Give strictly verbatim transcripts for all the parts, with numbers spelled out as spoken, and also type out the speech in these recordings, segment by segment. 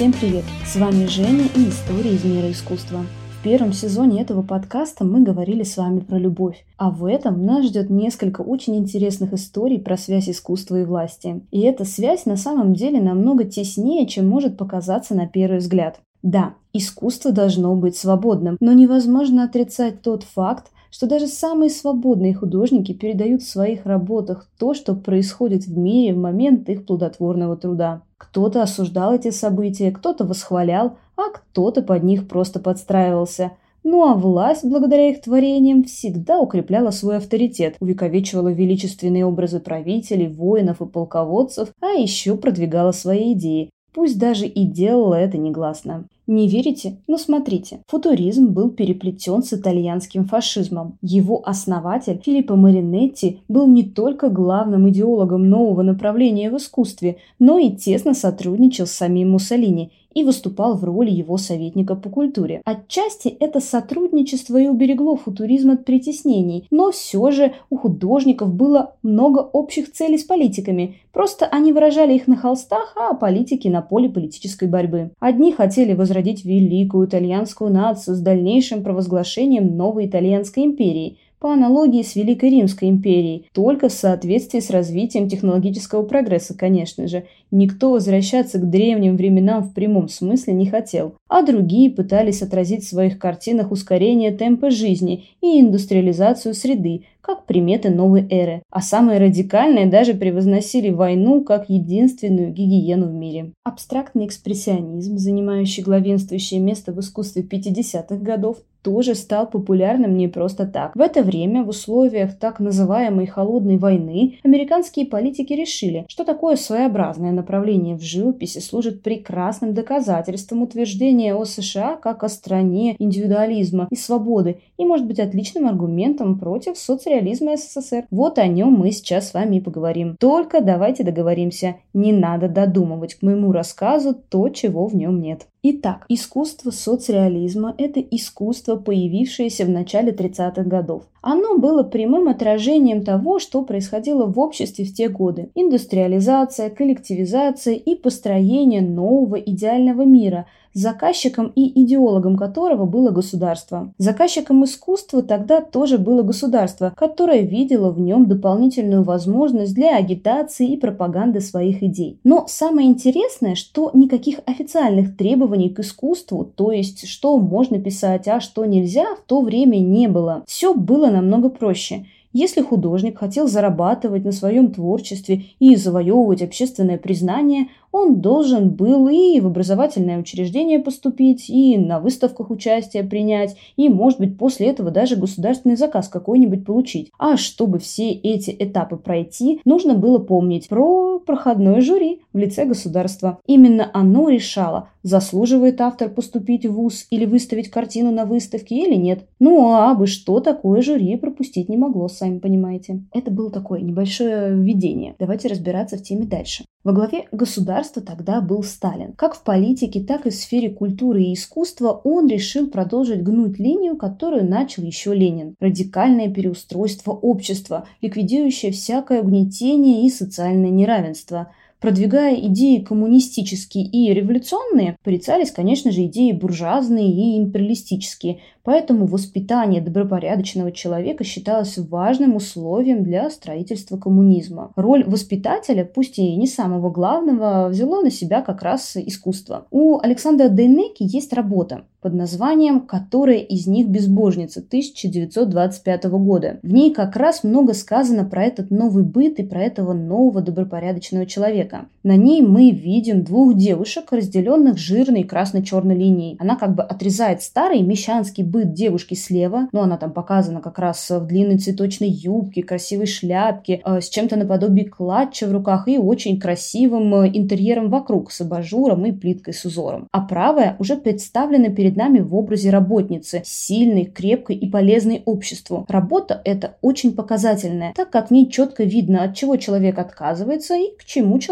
Всем привет! С вами Женя и история из мира искусства. В первом сезоне этого подкаста мы говорили с вами про любовь, а в этом нас ждет несколько очень интересных историй про связь искусства и власти. И эта связь на самом деле намного теснее, чем может показаться на первый взгляд. Да, искусство должно быть свободным, но невозможно отрицать тот факт, что даже самые свободные художники передают в своих работах то, что происходит в мире в момент их плодотворного труда. Кто-то осуждал эти события, кто-то восхвалял, а кто-то под них просто подстраивался. Ну а власть, благодаря их творениям, всегда укрепляла свой авторитет, увековечивала величественные образы правителей, воинов и полководцев, а еще продвигала свои идеи. Пусть даже и делала это негласно. Не верите? Ну смотрите. Футуризм был переплетен с итальянским фашизмом. Его основатель Филиппо Маринетти был не только главным идеологом нового направления в искусстве, но и тесно сотрудничал с самим Муссолини и выступал в роли его советника по культуре. Отчасти это сотрудничество и уберегло футуризм от притеснений, но все же у художников было много общих целей с политиками, просто они выражали их на холстах, а политики на поле политической борьбы. Одни хотели возродить великую итальянскую нацию с дальнейшим провозглашением новой итальянской империи, по аналогии с Великой Римской империей, только в соответствии с развитием технологического прогресса, конечно же. Никто возвращаться к древним временам в прямом смысле не хотел, а другие пытались отразить в своих картинах ускорение темпа жизни и индустриализацию среды, как приметы новой эры, а самые радикальные даже превозносили войну как единственную гигиену в мире. Абстрактный экспрессионизм, занимающий главенствующее место в искусстве пятидесятых годов, тоже стал популярным не просто так. В это время, в условиях так называемой «холодной войны», американские политики решили, что такое своеобразное направление в живописи служит прекрасным доказательством утверждения о США как о стране индивидуализма и свободы и может быть отличным аргументом против соцреализма СССР. Вот о нем мы сейчас с вами и поговорим. Только давайте договоримся, не надо додумывать к моему рассказу то, чего в нем нет. Итак, искусство соцреализма – это искусство, появившееся в начале тридцатых годов. Оно было прямым отражением того, что происходило в обществе в те годы. Индустриализация, коллективизация и построение нового идеального мира, заказчиком и идеологом которого было государство. Заказчиком искусства тогда тоже было государство, которое видело в нем дополнительную возможность для агитации и пропаганды своих идей. Но самое интересное, что никаких официальных требований к искусству, то есть что можно писать, а что нельзя, в то время не было. Все было намного проще. Если художник хотел зарабатывать на своем творчестве и завоевывать общественное признание, он должен был и в образовательное учреждение поступить, и на выставках участие принять, и, может быть, после этого даже государственный заказ какой-нибудь получить. А чтобы все эти этапы пройти, нужно было помнить про проходное жюри в лице государства. Именно оно решало, заслуживает автор поступить в вуз или выставить картину на выставке или нет. Ну а бы что такое жюри пропустить не могло, сами понимаете. Это было такое небольшое введение. Давайте разбираться в теме дальше. Во главе государства тогда был Сталин. Как в политике, так и в сфере культуры и искусства он решил продолжить гнуть линию, которую начал еще Ленин. Радикальное переустройство общества, ликвидирующее всякое угнетение и социальное неравенство. Продвигая идеи коммунистические и революционные, порицались, конечно же, идеи буржуазные и империалистические. Поэтому воспитание добропорядочного человека считалось важным условием для строительства коммунизма. Роль воспитателя, пусть и не самого главного, взяло на себя как раз искусство. У Александра Дейнеки есть работа под названием «Которая из них безбожница» тысяча девятьсот двадцать пятого года. В ней как раз много сказано про этот новый быт и про этого нового добропорядочного человека. На ней мы видим двух девушек, разделенных жирной красно-черной линией. Она как бы отрезает старый мещанский быт девушки слева, но она там показана как раз в длинной цветочной юбке, красивой шляпке, э, с чем-то наподобие клатча в руках и очень красивым э, интерьером вокруг, с абажуром и плиткой с узором. А правая уже представлена перед нами в образе работницы, сильной, крепкой и полезной обществу. Работа эта очень показательная, так как в ней четко видно, от чего человек отказывается и к чему человек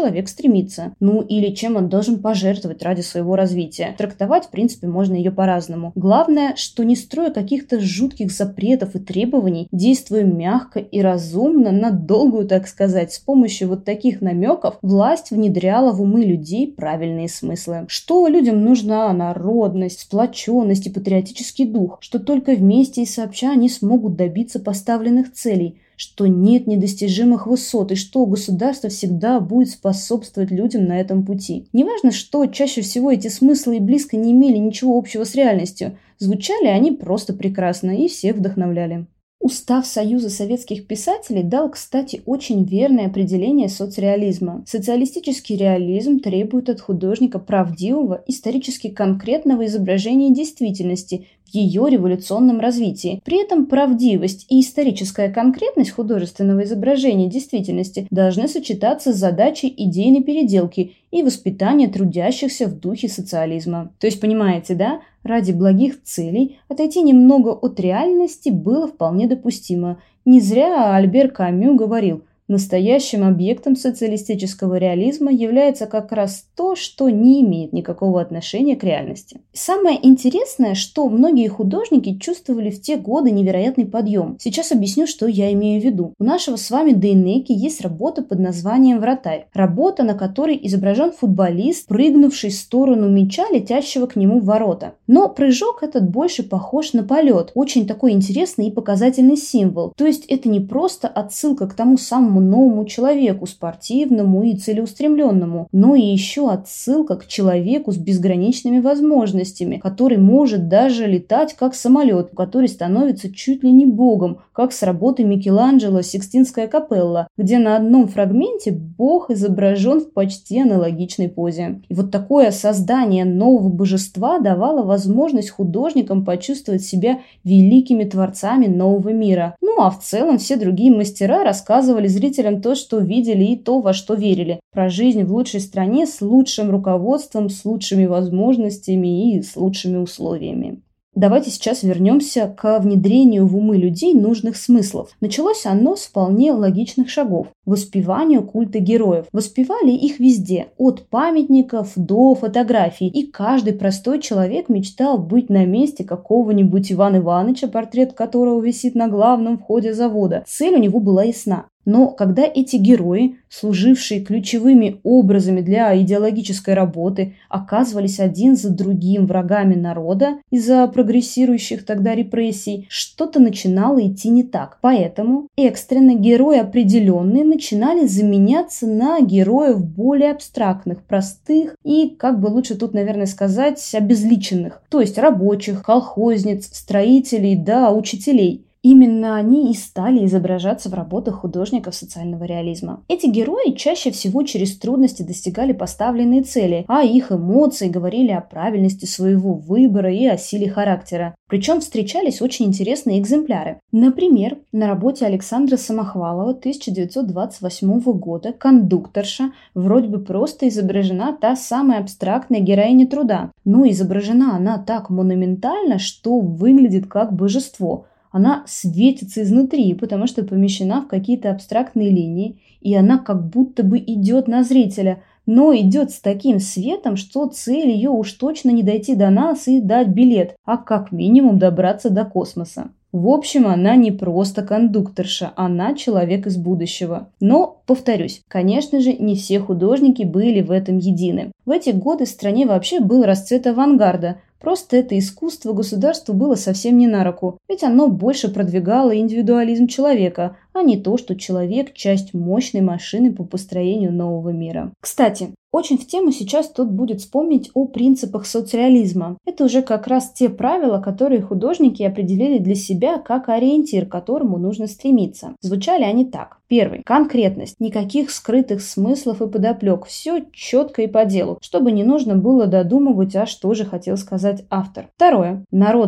человек стремится. Ну или чем он должен пожертвовать ради своего развития. Трактовать, в принципе, можно ее по-разному. Главное, что не строя каких-то жутких запретов и требований, действуя мягко и разумно, на долгую, так сказать, с помощью вот таких намеков, власть внедряла в умы людей правильные смыслы. Что людям нужна народность, сплоченность и патриотический дух, что только вместе и сообща они смогут добиться поставленных целей, что нет недостижимых высот и что государство всегда будет способствовать людям на этом пути. Неважно, что чаще всего эти смыслы и близко не имели ничего общего с реальностью, звучали они просто прекрасно и всех вдохновляли. Устав Союза советских писателей дал, кстати, очень верное определение соцреализма. Социалистический реализм требует от художника правдивого, исторически конкретного изображения действительности в ее революционном развитии. При этом правдивость и историческая конкретность художественного изображения действительности должны сочетаться с задачей идейной переделки и воспитания трудящихся в духе социализма. То есть, понимаете, да? Ради благих целей отойти немного от реальности было вполне допустимо. Не зря Альбер Камю говорил: настоящим объектом социалистического реализма является как раз то, что не имеет никакого отношения к реальности. Самое интересное, что многие художники чувствовали в те годы невероятный подъем. Сейчас объясню, что я имею в виду. У нашего с вами Дейнеки есть работа под названием «Вратарь». Работа, на которой изображен футболист, прыгнувший в сторону мяча, летящего к нему в ворота. Но прыжок этот больше похож на полет. Очень такой интересный и показательный символ. То есть это не просто отсылка к тому самому новому человеку, спортивному и целеустремленному, но и еще отсылка к человеку с безграничными возможностями, который может даже летать как самолет, который становится чуть ли не богом, как с работы Микеланджело «Сикстинская капелла», где на одном фрагменте бог изображен в почти аналогичной позе. И вот такое создание нового божества давало возможность художникам почувствовать себя великими творцами нового мира. Ну а в целом все другие мастера рассказывали зрителям то, что видели, и то, во что верили. Про жизнь в лучшей стране с лучшим руководством, с лучшими возможностями и с лучшими условиями. Давайте сейчас вернемся к внедрению в умы людей нужных смыслов. Началось оно с вполне логичных шагов – воспеванию культа героев. Воспевали их везде, от памятников до фотографий, и каждый простой человек мечтал быть на месте какого-нибудь Ивана Ивановича, портрет которого висит на главном входе завода. Цель у него была ясна. Но когда эти герои, служившие ключевыми образами для идеологической работы, оказывались один за другим врагами народа из-за прогрессирующих тогда репрессий, что-то начинало идти не так. Поэтому экстренно герои определенные начинали заменяться на героев более абстрактных, простых и, как бы лучше тут, наверное, сказать, обезличенных. То есть рабочих, колхозниц, строителей, да, учителей. Именно они и стали изображаться в работах художников социального реализма. Эти герои чаще всего через трудности достигали поставленные цели, а их эмоции говорили о правильности своего выбора и о силе характера. Причем встречались очень интересные экземпляры. Например, на работе Александра Самохвалова тысяча девятьсот двадцать восьмого года «Кондукторша» вроде бы просто изображена та самая абстрактная героиня труда. Но изображена она так монументально, что выглядит как божество. Она светится изнутри, потому что помещена в какие-то абстрактные линии, и она как будто бы идет на зрителя, но идет с таким светом, что цель ее уж точно не дойти до нас и дать билет, а как минимум добраться до космоса. В общем, она не просто кондукторша, она человек из будущего. Но, повторюсь, конечно же, не все художники были в этом едины. В эти годы в стране вообще был расцвет авангарда. Просто это искусство государству было совсем не на руку, ведь оно больше продвигало индивидуализм человека, а не то, что человек – часть мощной машины по построению нового мира. Кстати, очень в тему сейчас тут будет вспомнить о принципах соцреализма. Это уже как раз те правила, которые художники определили для себя как ориентир, к которому нужно стремиться. Звучали они так. Первый. Конкретность. Никаких скрытых смыслов и подоплек. Все четко и по делу, чтобы не нужно было додумывать, а что же хотел сказать автор. Второе. Народность.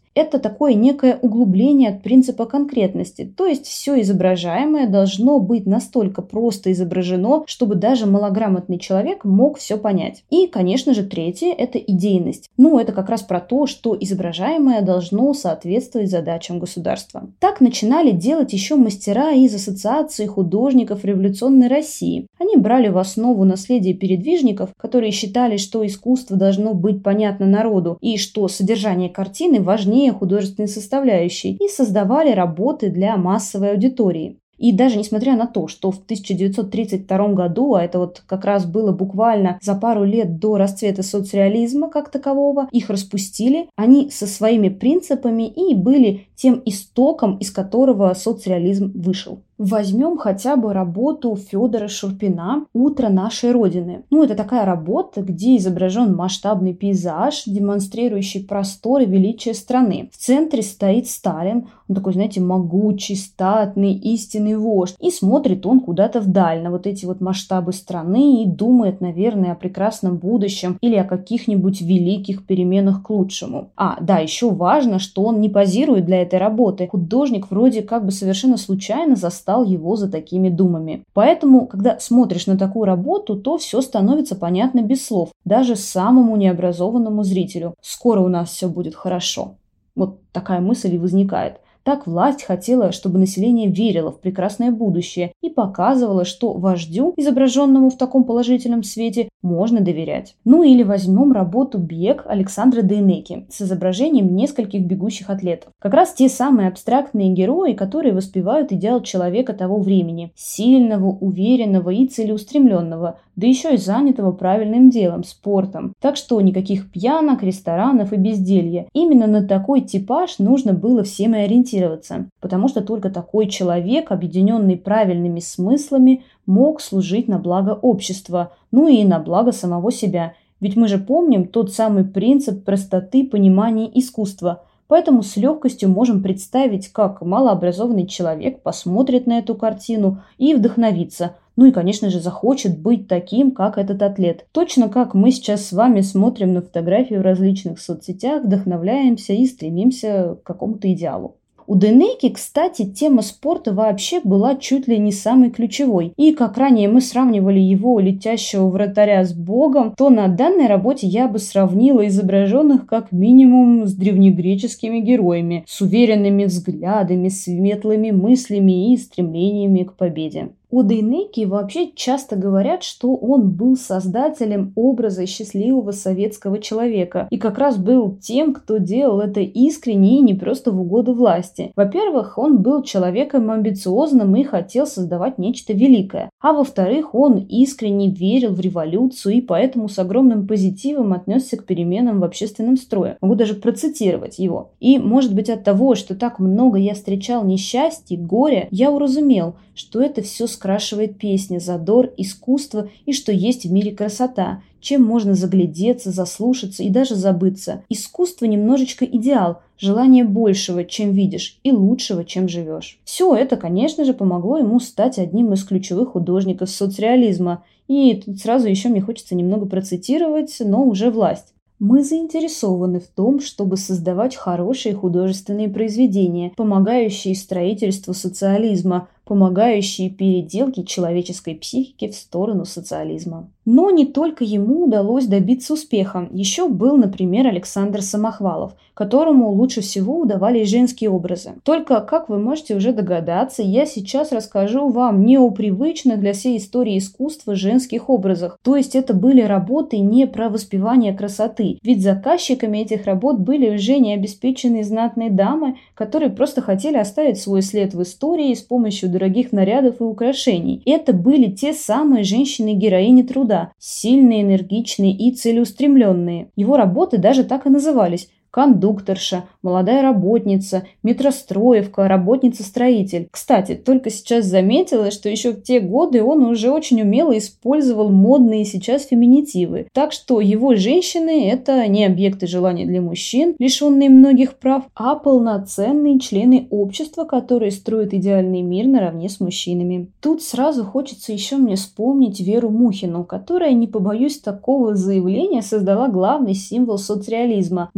Это такое некое углубление от принципа конкретности, то есть все изображаемое должно быть настолько просто изображено, чтобы даже малограмотный человек мог все понять. И, конечно же, третье – это идейность. Ну, это как раз про то, что изображаемое должно соответствовать задачам государства. Так начинали делать еще мастера из Ассоциации художников революционной России. Они брали в основу наследие передвижников, которые считали, что искусство должно быть понятно народу и что содержание картины важнее художественной составляющей, и создавали работы для массовой аудитории. И даже несмотря на то, что в тысяча девятьсот тридцать втором году, а это вот как раз было буквально за пару лет до расцвета соцреализма как такового, их распустили, они со своими принципами и были тем истоком, из которого соцреализм вышел. Возьмем хотя бы работу Федора Шурпина «Утро нашей Родины». Ну, это такая работа, где изображен масштабный пейзаж, демонстрирующий простор и величие страны. В центре стоит Сталин, он такой, знаете, могучий, статный, истинный вождь. И смотрит он куда-то вдаль, на вот эти вот масштабы страны и думает, наверное, о прекрасном будущем или о каких-нибудь великих переменах к лучшему. А, да, еще важно, что он не позирует для этой работы. Художник вроде как бы совершенно случайно застал его за такими думами. Поэтому, когда смотришь на такую работу, то все становится понятно без слов, даже самому необразованному зрителю. Скоро у нас все будет хорошо. Вот такая мысль и возникает. Так власть хотела, чтобы население верило в прекрасное будущее и показывала, что вождю, изображенному в таком положительном свете, можно доверять. Ну или возьмем работу «Бег» Александра Дейнеки с изображением нескольких бегущих атлетов. Как раз те самые абстрактные герои, которые воспевают идеал человека того времени. Сильного, уверенного и целеустремленного, да еще и занятого правильным делом, спортом. Так что никаких пьянок, ресторанов и безделья. Именно на такой типаж нужно было всем и ориентироваться, потому что только такой человек, объединенный правильными смыслами, мог служить на благо общества, ну и на благо самого себя. Ведь мы же помним тот самый принцип простоты понимания искусства. Поэтому с легкостью можем представить, как малообразованный человек посмотрит на эту картину и вдохновится. Ну и, конечно же, захочет быть таким, как этот атлет. Точно как мы сейчас с вами смотрим на фотографии в различных соцсетях, вдохновляемся и стремимся к какому-то идеалу. У Дейнеки, кстати, тема спорта вообще была чуть ли не самой ключевой. И как ранее мы сравнивали его летящего вратаря с богом, то на данной работе я бы сравнила изображенных как минимум с древнегреческими героями, с уверенными взглядами, светлыми мыслями и стремлениями к победе. О Дейнеке вообще часто говорят, что он был создателем образа счастливого советского человека и как раз был тем, кто делал это искренне и не просто в угоду власти. Во-первых, он был человеком амбициозным и хотел создавать нечто великое. А во-вторых, он искренне верил в революцию и поэтому с огромным позитивом отнесся к переменам в общественном строе. Могу даже процитировать его. И, может быть, от того, что так много я встречал несчастья, горя, я уразумел, что это все скрашивает песня, задор, искусство и что есть в мире красота, чем можно заглядеться, заслушаться и даже забыться. Искусство немножечко идеал, желание большего, чем видишь, и лучшего, чем живешь. Все это, конечно же, помогло ему стать одним из ключевых художников соцреализма. И тут сразу еще мне хочется немного процитировать, но уже власть. Мы заинтересованы в том, чтобы создавать хорошие художественные произведения, помогающие строительству социализма, помогающие переделке человеческой психики в сторону социализма. Но не только ему удалось добиться успеха. Еще был, например, Александр Самохвалов, которому лучше всего удавались женские образы. Только, как вы можете уже догадаться, я сейчас расскажу вам не о привычных для всей истории искусства женских образах. То есть это были работы не про воспевание красоты. Ведь заказчиками этих работ были уже необеспеченные знатные дамы, которые просто хотели оставить свой след в истории с помощью дорогих нарядов и украшений. Это были те самые женщины-героини труда, сильные, энергичные и целеустремленные. Его работы даже так и назывались: кондукторша, молодая работница, метростроевка, работница-строитель. Кстати, только сейчас заметила, что еще в те годы он уже очень умело использовал модные сейчас феминитивы. Так что его женщины – это не объекты желаний для мужчин, лишенные многих прав, а полноценные члены общества, которые строят идеальный мир наравне с мужчинами. Тут сразу хочется еще мне вспомнить Веру Мухину, которая, не побоюсь такого заявления, создала главный символ соцреализма – монумент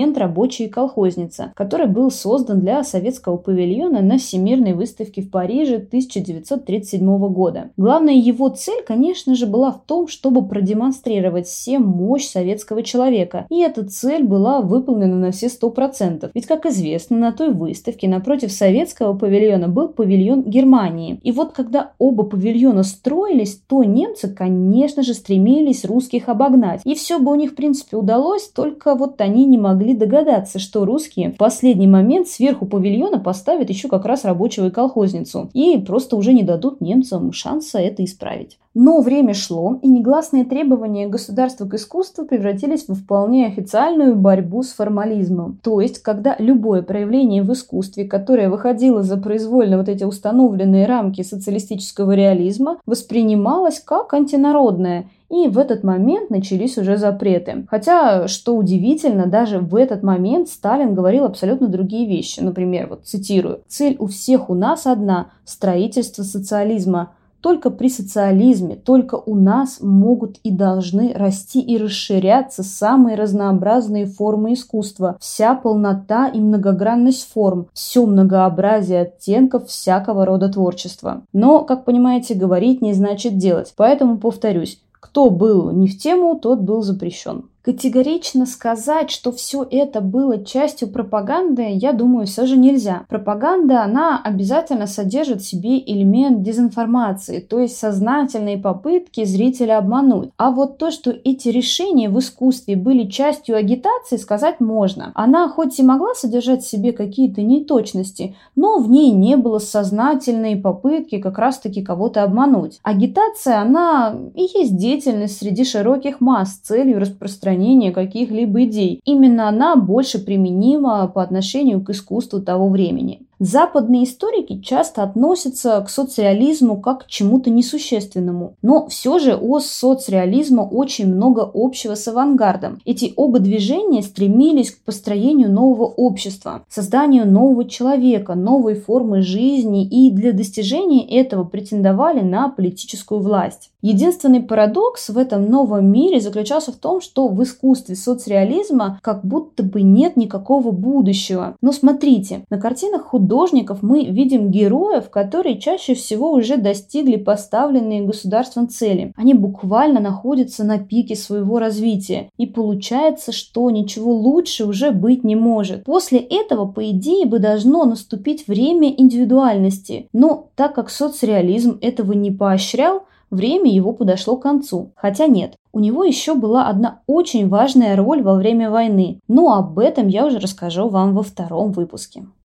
монумент «Рабочий и колхозница», который был создан для советского павильона на Всемирной выставке в Париже тысяча девятьсот тридцать седьмого года. Главная его цель, конечно же, была в том, чтобы продемонстрировать всем мощь советского человека. И эта цель была выполнена на все сто процентов. Ведь, как известно, на той выставке напротив советского павильона был павильон Германии. И вот когда оба павильона строились, то немцы, конечно же, стремились русских обогнать. И все бы у них, в принципе, удалось, только вот они не могли догадаться, что русские в последний момент сверху павильона поставят еще как раз рабочего и колхозницу. И просто уже не дадут немцам шанса это исправить. Но время шло, и негласные требования государства к искусству превратились в вполне официальную борьбу с формализмом. То есть, когда любое проявление в искусстве, которое выходило за произвольно вот эти установленные рамки социалистического реализма, воспринималось как антинародное. И в этот момент начались уже запреты. Хотя, что удивительно, даже в этот момент Сталин говорил абсолютно другие вещи. Например, вот цитирую: «Цель у всех у нас одна – строительство социализма. Только при социализме, только у нас могут и должны расти и расширяться самые разнообразные формы искусства, вся полнота и многогранность форм, все многообразие оттенков всякого рода творчества». Но, как понимаете, говорить не значит делать. Поэтому повторюсь, кто был не в тему, тот был запрещен. Категорично сказать, что все это было частью пропаганды, я думаю, все же нельзя. Пропаганда, она обязательно содержит в себе элемент дезинформации, то есть сознательные попытки зрителя обмануть. А вот то, что эти решения в искусстве были частью агитации, сказать можно. Она хоть и могла содержать в себе какие-то неточности, но в ней не было сознательной попытки как раз-таки кого-то обмануть. Агитация, она и есть деятельность среди широких масс с целью распространения каких-либо идей. Именно она больше применима по отношению к искусству того времени. Западные историки часто относятся к соцреализму как к чему-то несущественному. Но все же у соцреализма очень много общего с авангардом. Эти оба движения стремились к построению нового общества, созданию нового человека, новой формы жизни, и для достижения этого претендовали на политическую власть. Единственный парадокс в этом новом мире заключался в том, что в искусстве соцреализма как будто бы нет никакого будущего. Но смотрите, на картинах художников мы видим героев, которые чаще всего уже достигли поставленные государством цели. Они буквально находятся на пике своего развития. И получается, что ничего лучше уже быть не может. После этого, по идее, бы должно наступить время индивидуальности. Но так как соцреализм этого не поощрял, время его подошло к концу. Хотя нет, у него еще была одна очень важная роль во время войны. Но об этом я уже расскажу вам во втором выпуске.